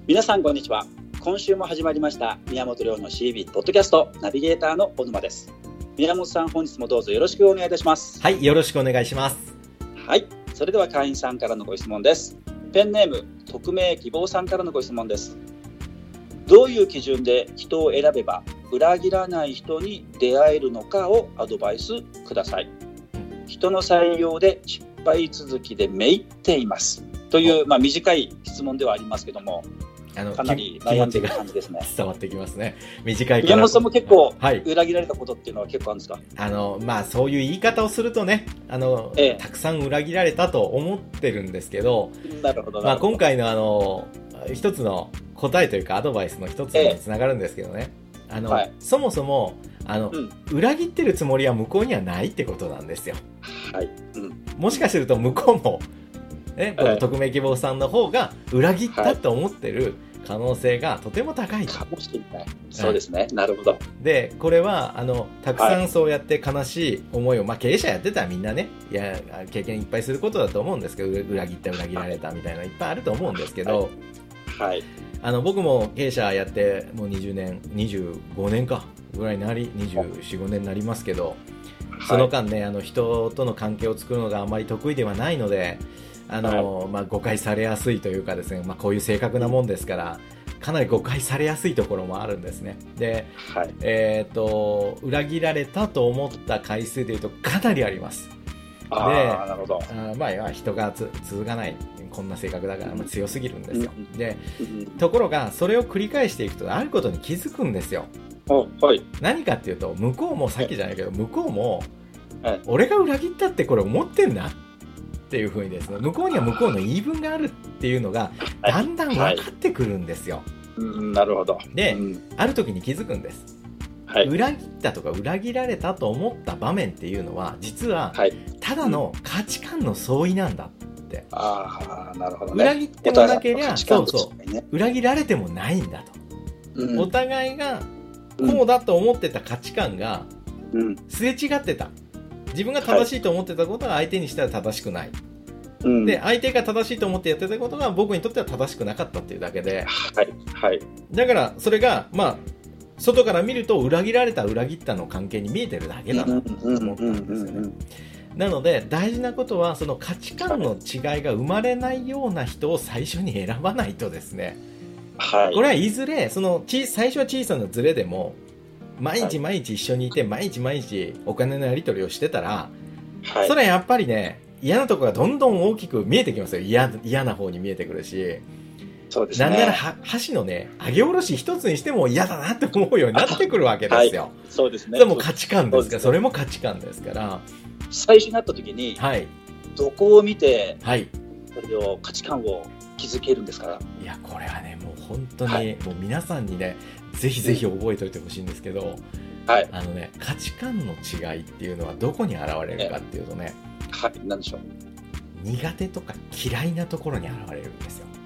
皆さんこんにちは。今週も始まりました宮本亮の CB ポッドキャストナビゲーターの小沼です。宮本さん、本日もどうぞよろしくお願いいたします。 はい、よろしくお願いします。 はい、それでは会員さんからのご質問です。ペンネーム匿名希望さんからのご質問です。どういう基準で人を選べば裏切らない人に出会えるのかをアドバイスください。人の採用で失敗続きでめいっていますという、短い質問ではありますけども、かなり悩んでいる感じですね。 伝わってきますね。短いから。 宮本さんも結構、裏切られたことっていうのは結構あるんですか？ そういう言い方をするとね、たくさん裏切られたと思ってるんですけど、 なるほど。 今回の一つの答えというかアドバイスの一つにつながるんですけどね、そもそも裏切ってるつもりは向こうにはないってことなんですよ。 はい。 もしかすると向こうもこの匿名希望さんの方が裏切ったと思ってる可能性がとても高いかもしれない。そうですね。なるほど。 で、これはたくさんそうやって悲しい思いを、経営者やってたらみんなね、経験いっぱいすることだと思うんですけど、裏切った裏切られたみたいなのいっぱいあると思うんですけど、僕も経営者やってもう20年25年かぐらいになり、24、5年になりますけど、その間ね、人との関係を作るのがあまり得意ではないので、誤解されやすいというかですね、こういう性格なもんですからかなり誤解されやすいところもあるんですね。で、裏切られたと思った回数でいうとかなりあります。で、 なるほど。 人が続かない、こんな性格だから、強すぎるんですよ。で、ところがそれを繰り返していくとあることに気づくんですよ。何かっていうと、向こうもさっきじゃないけど、向こうも俺が裏切ったってこれ思ってんだっていう風にですね、向こうには向こうの言い分があるっていうのがだんだん分かってくるんですよ。 なるほど。 で、ある時に気づくんです。裏切ったとか裏切られたと思った場面っていうのは実はただの価値観の相違なんだって。 なるほどね。 裏切ってもなけりゃ、裏切られてもないんだと。お互いがこうだと思ってた価値観がすれ違ってた。自分が正しいと思ってたことが相手にしたら正しくない。で、相手が正しいと思ってやってたことが僕にとっては正しくなかったっていうだけで。だから、それが、外から見ると裏切られた裏切ったの関係に見えてるだけだなと思ったんですよね。なので、大事なことは、その価値観の違いが生まれないような人を最初に選ばないとですね。これはいずれ、最初は小さなズレでも、毎日毎日一緒にいて毎日毎日お金のやり取りをしてたら、それはやっぱりね、嫌なところがどんどん大きく見えてきますよ。嫌な方に見えてくるし、なんなら箸のね、上げ下ろし一つにしても嫌だなって思うようになってくるわけですよ。 そうですね。 でも価値観ですから、それも価値観ですから。 最初になった時に、どこを見て、それを価値観を築けるんですか？ いや、これはね、もう本当に、もう皆さんにね、ぜひぜひ覚えておいてほしいんですけど、価値観の違いっていうのはどこに現れるかっていうとね、 何でしょう。 苦手とか嫌いなところに現れるんですよ。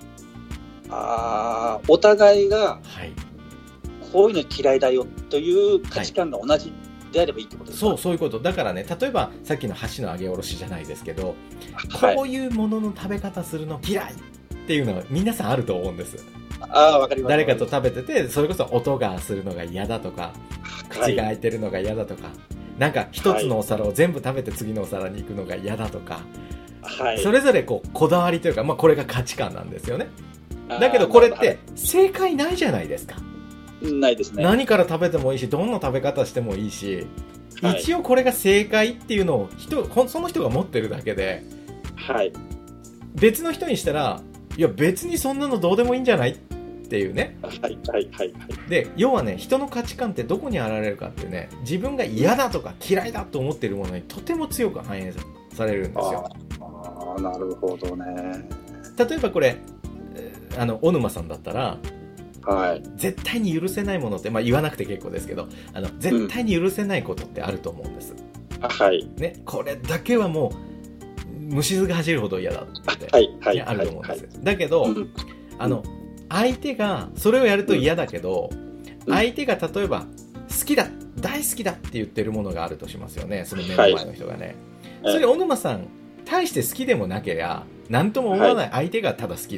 お互いが、こういうの嫌いだよという価値観が同じであればいいってことですか？ そういうこと。だからね、例えばさっきの箸の上げ下ろしじゃないですけど、こういうものの食べ方するの嫌いっていうのは皆さんあると思うんです。 わかります。 誰かと食べてて、それこそ音がするのが嫌だとか、口が開いてるのが嫌だとか、なんか一つのお皿を全部食べて次のお皿に行くのが嫌だとか、それぞれこだわりというか、これが価値観なんですよね。だけどこれって正解ないじゃないですか。 ないですね。 何から食べてもいいし、どんな食べ方してもいいし、一応これが正解っていうのをその人が持ってるだけで、別の人にしたら、いや別にそんなのどうでもいいんじゃないっていうね。で、要はね、人の価値観ってどこに現れるかっていうね、自分が嫌だとか嫌いだと思っているものにとても強く反映されるんですよ。 なるほどね。 例えばこれ、小沼さんだったら、絶対に許せないものって、言わなくて結構ですけど、絶対に許せないことってあると思うんです。これだけはもう虫唾が走るほど嫌だってあると思うんです。だけど、相手がそれをやると嫌だけど、相手が例えば好きだ、大好きだって言ってるものがあるとしますよね。その目の前の人がね。それ小沼さん大して好きでもなけりゃ何とも思わない相手がただ好きだ。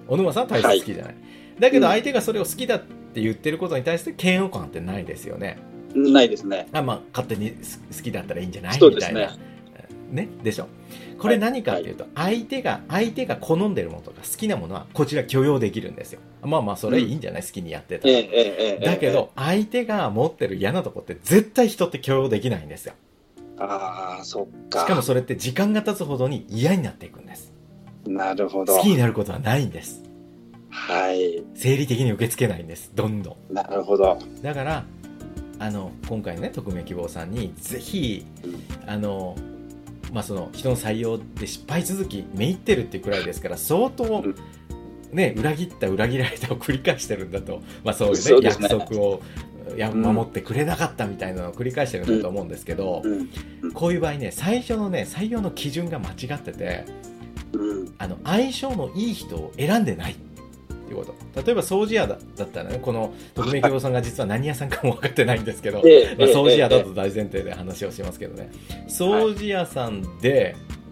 小沼さんは体質好きじゃない。だけど相手がそれを好きだって言ってることに対して嫌悪感ってないですよね。 ないですね。 勝手に好きだったらいいんじゃないそうですね。 みたいな。ね。でしょ。これ何かっていうと、相手が好んでるものとか好きなものはこちら許容できるんですよ。それいいんじゃない、好きにやってたら。だけど、相手が持ってる嫌なとこって絶対人って許容できないんですよ。 ああ、そっか。 しかもそれって時間が経つほどに嫌になっていくんです。 なるほど。 好きになることはないんです。 はい。 生理的に受け付けないんです。どんどん。 なるほど。 だから、今回のね、匿名希望さんに、ぜひ、その人の採用で失敗続きめいってるっていうくらいですから相当ね、裏切られたを繰り返してるんだと、そういうね、約束を守ってくれなかったみたいなのを繰り返してるんだと思うんですけど、こういう場合ね、最初のね採用の基準が間違ってて、相性のいい人を選んでないっていうこと。例えば掃除屋だったらね、この匿名希望さんが実は何屋さんかも分かってないんですけど、掃除屋だと大前提で話をしますけどね、掃除屋さんで、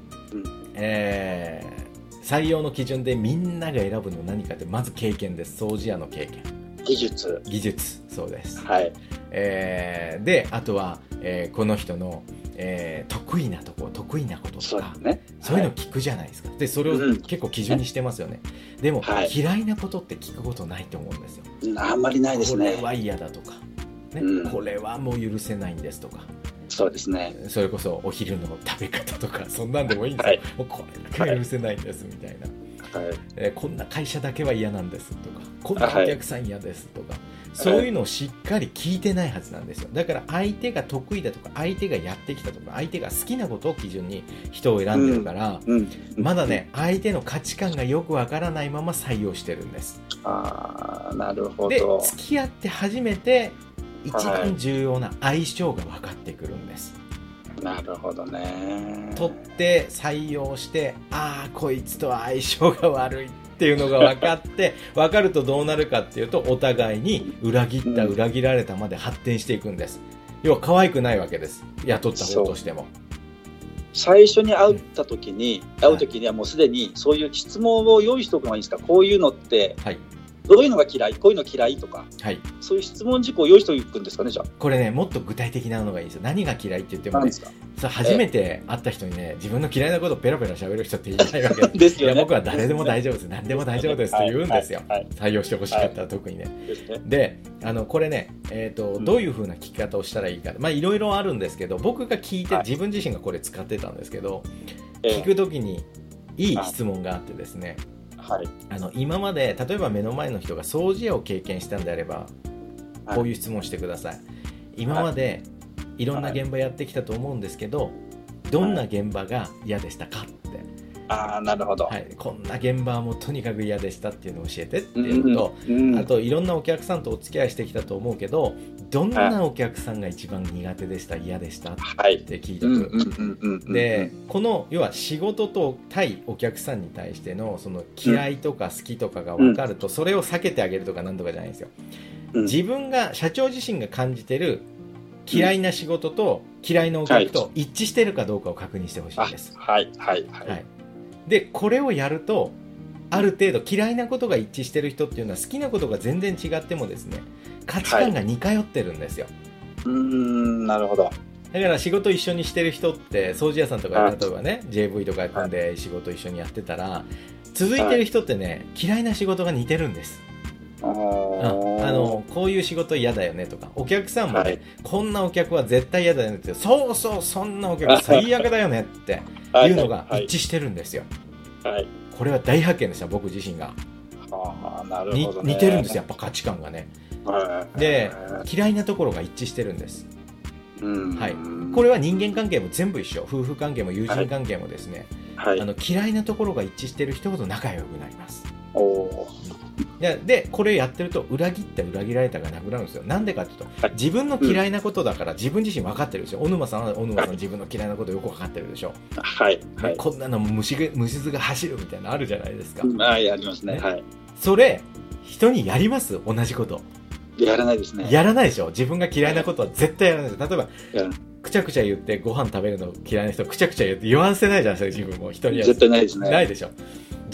採用の基準でみんなが選ぶのは何かって、まず経験です。掃除屋の経験、技術、そうです。はい。で、あとは、この人の、得意なこととか、そういうの聞くじゃないですか。で、それを結構基準にしてますよね。でも、嫌いなことって聞くことないと思うんですよ。 あんまりないですね。 これは嫌だとか、ね、これはもう許せないんですとか。 そうですね。 それこそお昼の食べ方とか、そんなんでもいいんですよ。もうこれだけは許せないんですみたいな。こんな会社だけは嫌なんですとか、こんなお客さん嫌ですとか、そういうのをしっかり聞いてないはずなんですよ。だから相手が得意だとか、相手がやってきたとか、相手が好きなことを基準に人を選んでるから、まだね、相手の価値観がよくわからないまま採用してるんです。 ああ、なるほど。 で、付き合って初めて一番重要な相性が分かってくるんです。 なるほどね。 取って採用して、こいつとは相性が悪いっていうのが分かって分かるとどうなるかっていうと、お互いに裏切られたまで発展していくんです。要は可愛くないわけです、雇った方としても。 最初に会った時にはもうすでにそういう質問を用意しておくのがいいですか。こういうのって、どういうのが嫌い、こういうの嫌いとか、そういう質問事項を用意しておくんですかね。じゃあこれね、もっと具体的なのがいいですよ。何が嫌いって言ってもね、初めて会った人にね、自分の嫌いなことをペラペラ喋る人っていないわけですよね。いや、僕は誰でも大丈夫です、何でも大丈夫ですって言うんですよ。採用してほしかったら特にね。で、これね、どういう風な聞き方をしたらいいか、いろいろあるんですけど、僕が聞いて、自分自身がこれ使ってたんですけど、聞くときにいい質問があってですね、今まで例えば目の前の人が掃除屋を経験したんであれば、こういう質問してください。今までいろんな現場やってきたと思うんですけど、どんな現場が嫌でしたかって。 なるほど。 こんな現場はもうとにかく嫌でしたっていうのを教えてっていうのと、あといろんなお客さんとお付き合いしてきたと思うけど、どんなお客さんが一番苦手でした、嫌でしたって聞いてくる。で、この要は仕事と対お客さんに対してのその嫌いとか好きとかが分かると、それを避けてあげるとかなんとかじゃないんですよ。自分が、社長自身が感じてる嫌いな仕事と嫌いなお客と一致してるかどうかを確認してほしいです。で、これをやると、ある程度嫌いなことが一致してる人っていうのは、好きなことが全然違ってもですね、価値観が似通ってるんですよ。 なるほど。 だから仕事一緒にしてる人って、掃除屋さんとか例えばね、JV とか組んで仕事一緒にやってたら、続いてる人ってね、嫌いな仕事が似てるんです。こういう仕事嫌だよねとか、お客さんもね、こんなお客は絶対嫌だよねって、そうそう、そんなお客最悪だよねっていうのが一致してるんですよ。これは大発見でした、僕自身が。 なるほどね。 似てるんですよ、やっぱ価値観がね。で、嫌いなところが一致してるんです。これは人間関係も全部一緒、夫婦関係も友人関係もですね、嫌いなところが一致してる人ほど仲良くなります。で、これやってると裏切られたがなくなるんですよ。なんでかっていうと、自分の嫌いなことだから自分自身分かってるんですよ。小沼さんは自分の嫌いなことよく分かってるでしょ。こんなの虫唾が走るみたいなのあるじゃないですか。 ありますね。 それ人にやります？同じこと。 やらないですね。 やらないでしょ。自分が嫌いなことは絶対やらないです。例えばくちゃくちゃ言ってご飯食べるの嫌いな人、くちゃくちゃ言わせないじゃないですか。自分も人にやる。 絶対ないですね。 ないでしょ。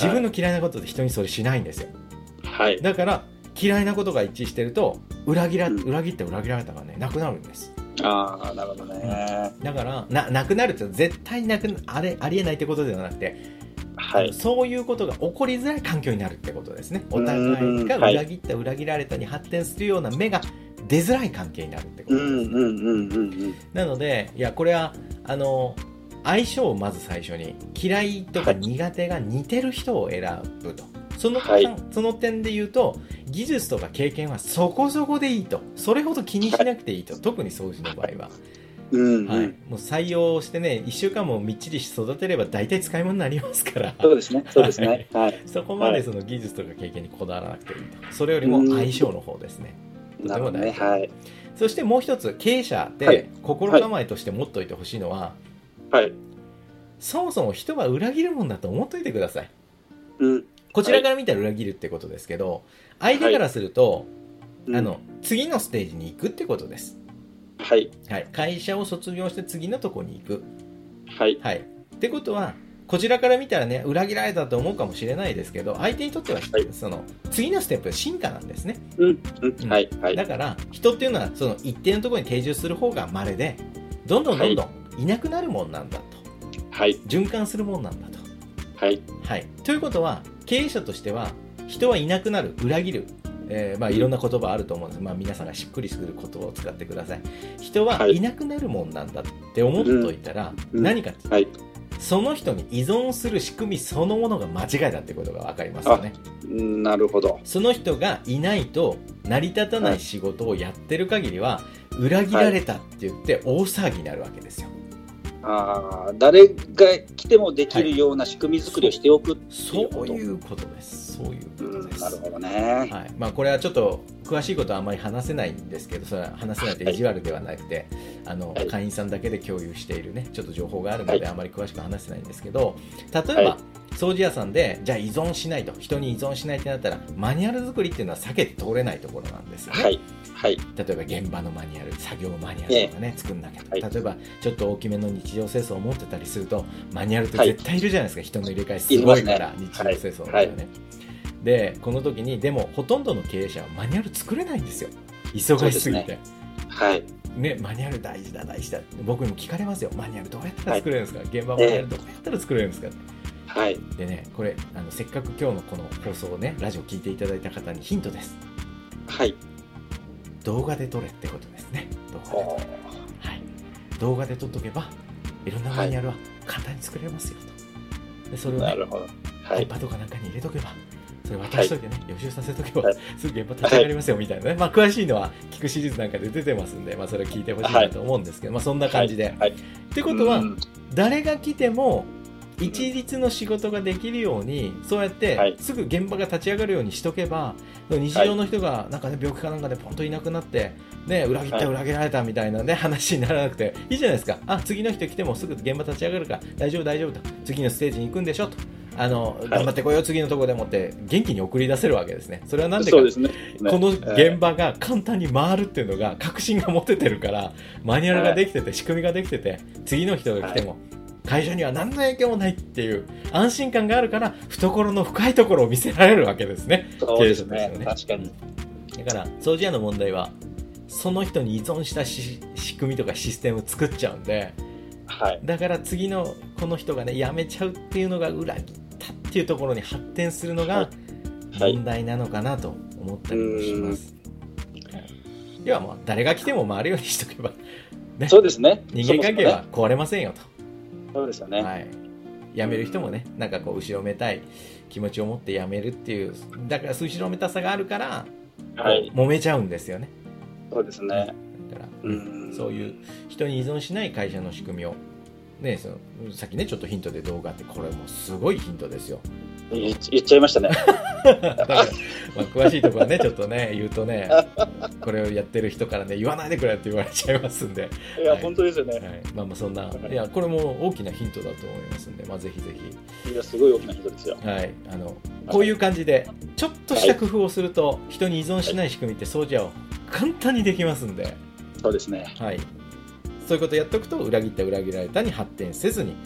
自分の嫌いなことで人にそれしないんですよ。 はい。 だから嫌いなことが一致してると裏切って裏切られたがねなくなるんです。 ああ、なるほどね。 だからなくなるって絶対ありえないってことではなくて、 はい、 そういうことが起こりづらい環境になるってことですね。お互いが裏切った裏切られたに発展するような目が出づらい関係になるってことですね。なので、いやこれは相性をまず最初に嫌いとか苦手が似てる人を選ぶと。その点で言うと技術とか経験はそこそこでいいと、それほど気にしなくていいと、特に掃除の場合は、はい、もう採用してね1週間もみっちり育てれば大体使い物になりますから。 そうですね、そうですね、 はい、そこまでその技術とか経験にこだわらなくていいと。それよりも相性の方ですね、とても大事、はい、そしてもう一つ経営者で心構えとして持っておいてほしいのは、はい、そもそも人は裏切るもんだと思っといてください。こちらから見たら裏切るってことですけど、相手からすると、次のステージに行くってことです。はい。はい。会社を卒業して次のとこに行く。はい。はい。ってことは、こちらから見たらね、裏切られたと思うかもしれないですけど、相手にとっては、その、次のステップは進化なんですね。はい。はい。だから、人っていうのは、その一定のところに定住する方が稀で、どんどんいなくなるもんなんだと。はい。循環するもんなんだと。はい。はい。ということは、経営者としては人はいなくなる、裏切る、いろんな言葉あると思うんです。皆さんがしっくりする言葉を使ってください。人はいなくなるもんなんだって思っといたら、何かって、その人に依存する仕組みそのものが間違いだってことが分かりますよね。なるほど。その人がいないと成り立たない仕事をやってる限りは、裏切られたって言って大騒ぎになるわけですよ。誰が来てもできるような仕組み作りをしておくっていうこと。そういうことです。そういうことです。なるほどね。はい。これはちょっと詳しいことはあんまり話せないんですけど、それは話せないと意地悪ではなくて、会員さんだけで共有しているね、ちょっと情報があるので、あまり詳しく話せないんですけど、例えば、掃除屋さんで、じゃあ依存しないと、人に依存しないってなったら、マニュアル作りっていうのは避けて通れないところなんですよね。はい、例えば現場のマニュアル、作業マニュアルとかね、作んなきゃと、例えばちょっと大きめの日常清掃を持ってたりするとマニュアルって絶対いるじゃないですか、人の入れ替えすごいから、日常清掃のね、でこの時にでもほとんどの経営者はマニュアル作れないんですよ、忙しすぎて。はいね、マニュアル大事だ僕にも聞かれますよ、マニュアルどうやったら作れるんですか、現場マニュアルどうやったら作れるんですかって。はい、でね、これせっかく今日のこの放送をね、ラジオ聞いていただいた方にヒントです。はい、動画で撮れってことですね。動画で撮っとけばいろんなマニュアルは簡単に作れますよと。でそれをね、iPad かなんかに入れとけば、それ渡しといてね、予習させとけば、すぐ現場立ち上がりますよみたいなね。詳しいのは聞くシリーズなんかで出てますんで、それは聞いてほしいなと思うんですけど、そんな感じで。ってことは、誰が来ても一律の仕事ができるように、そうやってすぐ現場が立ち上がるようにしとけば、日常の人がなんかね、病気かなんかでポンといなくなってね、裏切られたみたいなね、話にならなくていいじゃないですか。次の人来てもすぐ現場立ち上がるから大丈夫と、次のステージに行くんでしょと、頑張ってこよう次のところでもって元気に送り出せるわけですね。それはなんでか、この現場が簡単に回るっていうのが確信が持ててるから、マニュアルができてて、仕組みができてて、次の人が来ても会社には何の影響もないっていう安心感があるから、懐の深いところを見せられるわけですね。そうですね。確かに。だから掃除屋の問題は、その人に依存した仕組みとかシステムを作っちゃうんで、だから次のこの人がね、辞めちゃうっていうのが裏切ったっていうところに発展するのが問題なのかなと思ったりもします。では誰が来ても回るようにしとけば、ね、そうですね。人間関係は壊れませんよと。そうですよね。はい。辞める人もね、なんかこう後ろめたい気持ちを持って辞めるっていう、だから後ろめたさがあるから、揉めちゃうんですよね。そうですね。だから、そういう人に依存しない会社の仕組みをね、さっきねちょっとヒントで動画って、これもすごいヒントですよ。言っちゃいましたね。だから詳しいところはねちょっとね言うとね、これをやってる人からね、言わないでくれって言われちゃいますんで。いや、本当ですよね。そんな、いやこれも大きなヒントだと思いますんで、ぜひぜひ。いや、すごい大きなヒントですよ。はい。こういう感じでちょっとした工夫をすると、人に依存しない仕組みって掃除屋を簡単にできますんで。そうですね。はい。そういうことやっておくと、裏切った裏切られたに発展せずに、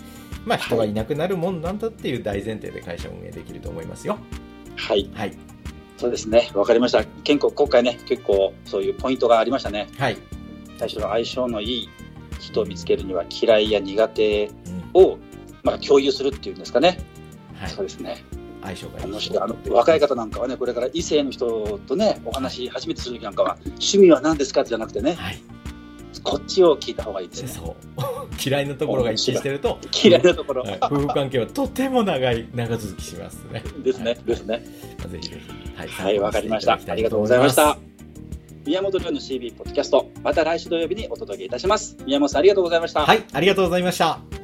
まあ人がいなくなるもんなんだっていう大前提で会社運営できると思いますよ。 はい。 はい。 そうですね。わかりました。今回ね、結構そういうポイントがありましたね。 はい。 最初の相性のいい人を見つけるには嫌いや苦手を、まあ、共有するっていうんですかね。はい。そうですね。 相性がいい。 面白い。若い方なんかはね、これから異性の人とね、お話初めてする時なんかは、趣味は何ですかじゃなくてね。はい。こっちを聞いた方がいいですね。 そう嫌いなところが一致してると嫌いなところ、 はい、夫婦関係はとても長続きしますね。 ですね、 はい、 ですね。 ぜひぜひはい、わかりました。ありがとうございました。宮本亮の CB ポッドキャスト、また来週土曜日にお届けいたします。宮本さん、ありがとうございました。 はい、ありがとうございました。